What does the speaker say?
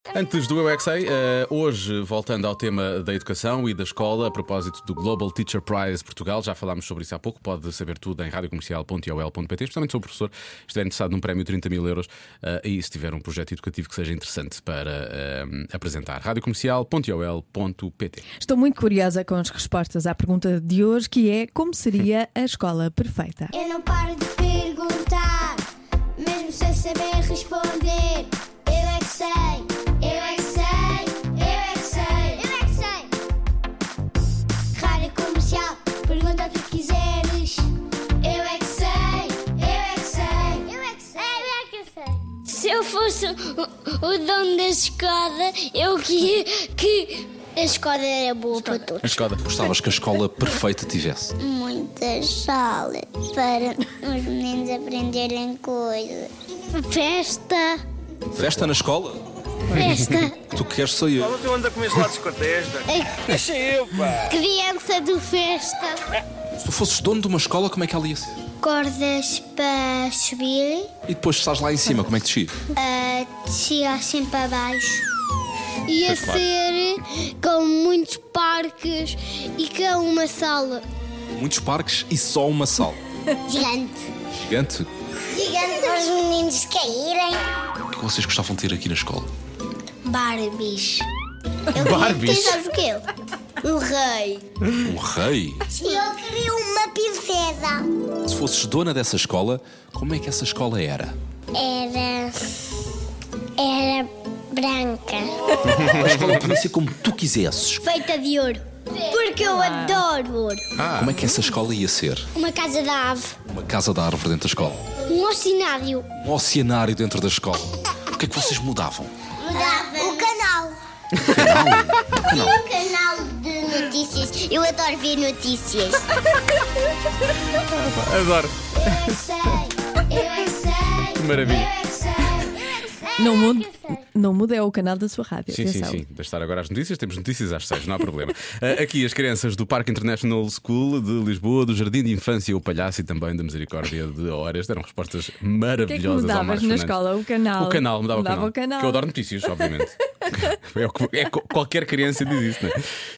Antes do Eu é Que Sei, hoje voltando ao tema da educação e da escola, a propósito do Global Teacher Prize Portugal, já falámos sobre isso há pouco, pode saber tudo em radiocomercial.ol.pt, especialmente se o professor estiver interessado num prémio de 30 mil euros e se tiver um projeto educativo que seja interessante para apresentar. radiocomercial.ol.pt. Estou muito curiosa com as respostas à pergunta de hoje, que é: como seria a escola perfeita? Eu não paro de perguntar, mesmo sem saber responder. Eu é que sei, eu é que sei, eu é que sei, eu é que sei. Rádio Comercial, pergunta o que quiseres. Eu é que sei, eu é que sei, eu é que sei, eu é que sei. Se eu fosse o dono da escola, eu queria que a escola era boa para todos. A escola. Gostavas que a escola perfeita tivesse? Muitas salas para os meninos aprenderem coisas. Festa. Festa na escola? Festa. Tu queres sair? Mas eu ando a comer gelados com a testa. Deixa eu, pá. Criança do festa. Se tu fosses dono de uma escola, como é que ela ia ser? Cordas para subir. E depois estás lá em cima, como é que te chega? Descia assim para baixo. Ia ser com muitos parques e com uma sala Muitos parques e só uma sala. gigante. Gigante. Gigante para os meninos caírem. O que vocês gostavam de ter aqui na escola? Barbies. Barbies? Tu sabes o quê? O rei. Um rei? Eu queria uma princesa. Se fosses dona dessa escola, como é que essa escola era? Era branca. A escola podia ser como tu quisesses. Feita de ouro. Porque eu adoro ouro. Como é que essa escola ia ser? Uma casa da ave. Uma casa da árvore dentro da escola? Um oceanário. Um oceanário dentro da escola? O que é que vocês mudavam? O canal. Sim, o canal de notícias. Eu adoro ver notícias. Adoro. Eu é que sei, eu é que sei. Que maravilha. Eu é que sei, eu é que sei. Não muda, é o canal da sua rádio. Sim, Atenção. sim. Deixa estar agora as notícias. Temos notícias às 6, não há problema. Aqui as crianças do Parque International School de Lisboa, do Jardim de Infância O Palhaço e também da Misericórdia de Oeiras deram respostas O que é que maravilhosas ao mudavas Marcos na Fernandes. escola? O canal. O canal, mudava Mudava o canal. Que eu adoro notícias, obviamente. Qualquer criança diz isso, não é?